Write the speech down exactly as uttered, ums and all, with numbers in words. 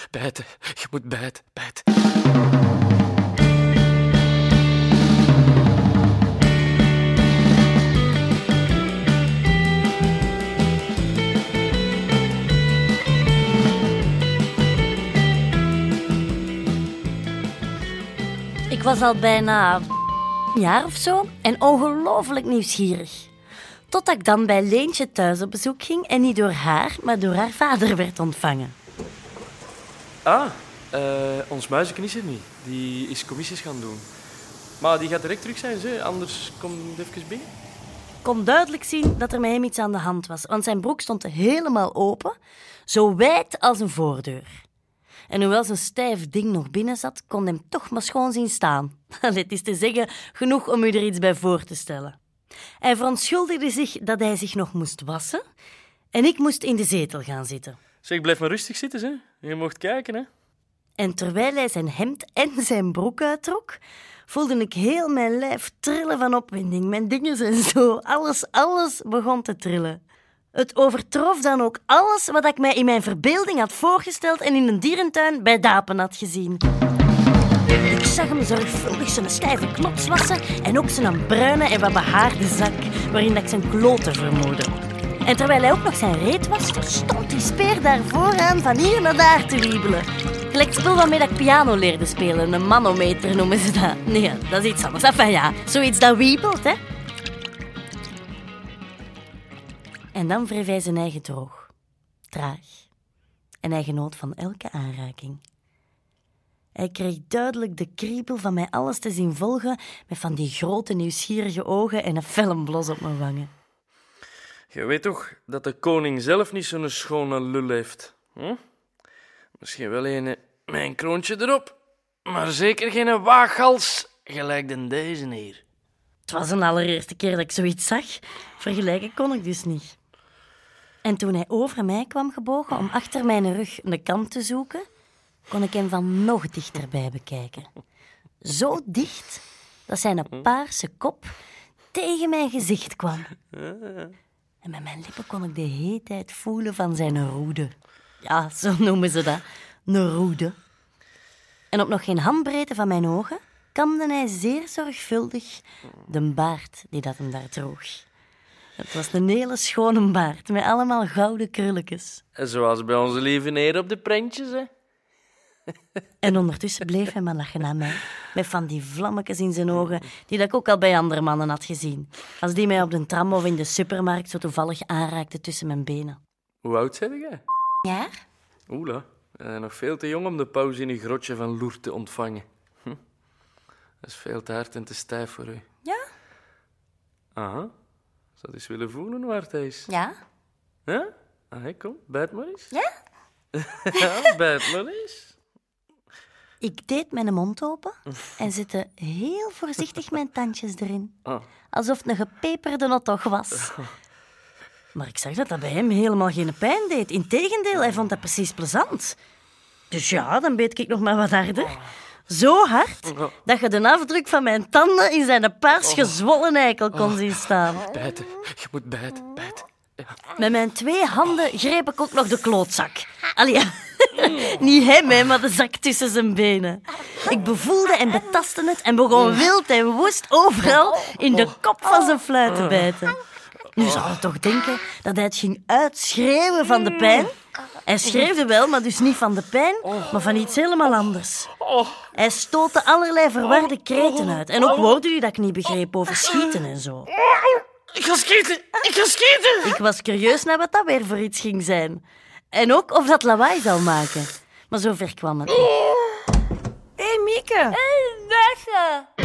bijten. Je moet bijten, bijten. Ik was al bijna een jaar of zo en ongelooflijk nieuwsgierig. Totdat ik dan bij Leentje thuis op bezoek ging en niet door haar, maar door haar vader werd ontvangen. Ah, uh, ons muizenken is er niet. Die is commissies gaan doen. Maar die gaat direct terug zijn, ze. Anders kom je even binnen. Ik kon duidelijk zien dat er met hem iets aan de hand was, want zijn broek stond helemaal open, zo wijd als een voordeur. En hoewel zijn stijf ding nog binnen zat, kon hem toch maar schoon zien staan. Het is te zeggen, genoeg om u er iets bij voor te stellen. Hij verontschuldigde zich dat hij zich nog moest wassen en ik moest in de zetel gaan zitten. Zeg, blijf maar rustig zitten, hè. Je mocht kijken, hè. En terwijl hij zijn hemd en zijn broek uittrok, voelde ik heel mijn lijf trillen van opwinding. Mijn dingen en zo, alles, alles begon te trillen. Het overtrof dan ook alles wat ik mij in mijn verbeelding had voorgesteld en in een dierentuin bij Dapen had gezien. Ik zag hem zorgvuldig zijn stijve knots wassen en ook zijn bruine en wat behaarde zak, waarin ik zijn kloten vermoedde. En terwijl hij ook nog zijn reet waste, stond die speer daar vooraan van hier naar daar te wiebelen. Gelijk het spul waarmee ik piano leerde spelen, een manometer noemen ze dat. Nee, dat is iets anders. Enfin ja, zoiets dat wiebelt, hè. En dan wreef hij zijn eigen droog. Traag. En hij genoot van elke aanraking. Hij kreeg duidelijk de kriebel van mij alles te zien volgen met van die grote nieuwsgierige ogen en een felle blos op mijn wangen. Je weet toch dat de koning zelf niet zo'n schone lul heeft? Hm? Misschien wel een met een kroontje erop, maar zeker geen waaghals gelijk dan deze hier. Het was een allereerste keer dat ik zoiets zag. Vergelijken kon ik dus niet. En toen hij over mij kwam gebogen om achter mijn rug een kant te zoeken, kon ik hem van nog dichterbij bekijken. Zo dicht dat zijn paarse kop tegen mijn gezicht kwam. En met mijn lippen kon ik de heetheid voelen van zijn roede. Ja, zo noemen ze dat. Een roede. En op nog geen handbreedte van mijn ogen kamde hij zeer zorgvuldig de baard die dat hem daar droeg. Het was een hele schone baard met allemaal gouden krulletjes. Zoals bij onze lieve heer op de prentjes, hè? En ondertussen bleef hij maar lachen aan mij, met van die vlammetjes in zijn ogen, die dat ik ook al bij andere mannen had gezien. Als die mij op de tram of in de supermarkt zo toevallig aanraakte tussen mijn benen. Hoe oud ben jij? Ja? Oela, uh, nog veel te jong om de pauze in een grotje van Loer te ontvangen. Hm. Dat is veel te hard en te stijf voor u. Ja? Aha. Zou eens willen voelen hoe hard hij is? Ja? Ja? Ah, hey, kom, bijt maar eens. Ja? Ja, bijt maar eens. Ik deed mijn mond open en zette heel voorzichtig mijn tandjes erin. Oh. Alsof het een gepeperde hotdog was. Maar ik zag dat dat bij hem helemaal geen pijn deed. Integendeel, hij vond dat precies plezant. Dus ja, dan beet ik nog maar wat harder. Zo hard dat je de afdruk van mijn tanden in zijn paars gezwollen eikel kon zien staan. Bijten. Je moet bijten, bijten. Ja. Met mijn twee handen greep ik ook nog de klootzak. Allee, ja. Niet hem, hè, maar de zak tussen zijn benen. Ik bevoelde en betastte het en begon wild en woest overal in de kop van zijn fluit te bijten. Nu zou je toch denken dat hij het ging uitschreeuwen van de pijn? Hij schreeuwde wel, maar dus niet van de pijn, maar van iets helemaal anders. Hij stootte allerlei verwarde kreten uit. En ook woorden die dat ik niet begreep over schieten en zo. Ik ga schieten! Ik ga schieten! Ik was curieus naar wat dat weer voor iets ging zijn. En ook of dat lawaai zou maken. Maar zover kwam het niet. Hé, hey, Mieke. Hé, hey, Wesse.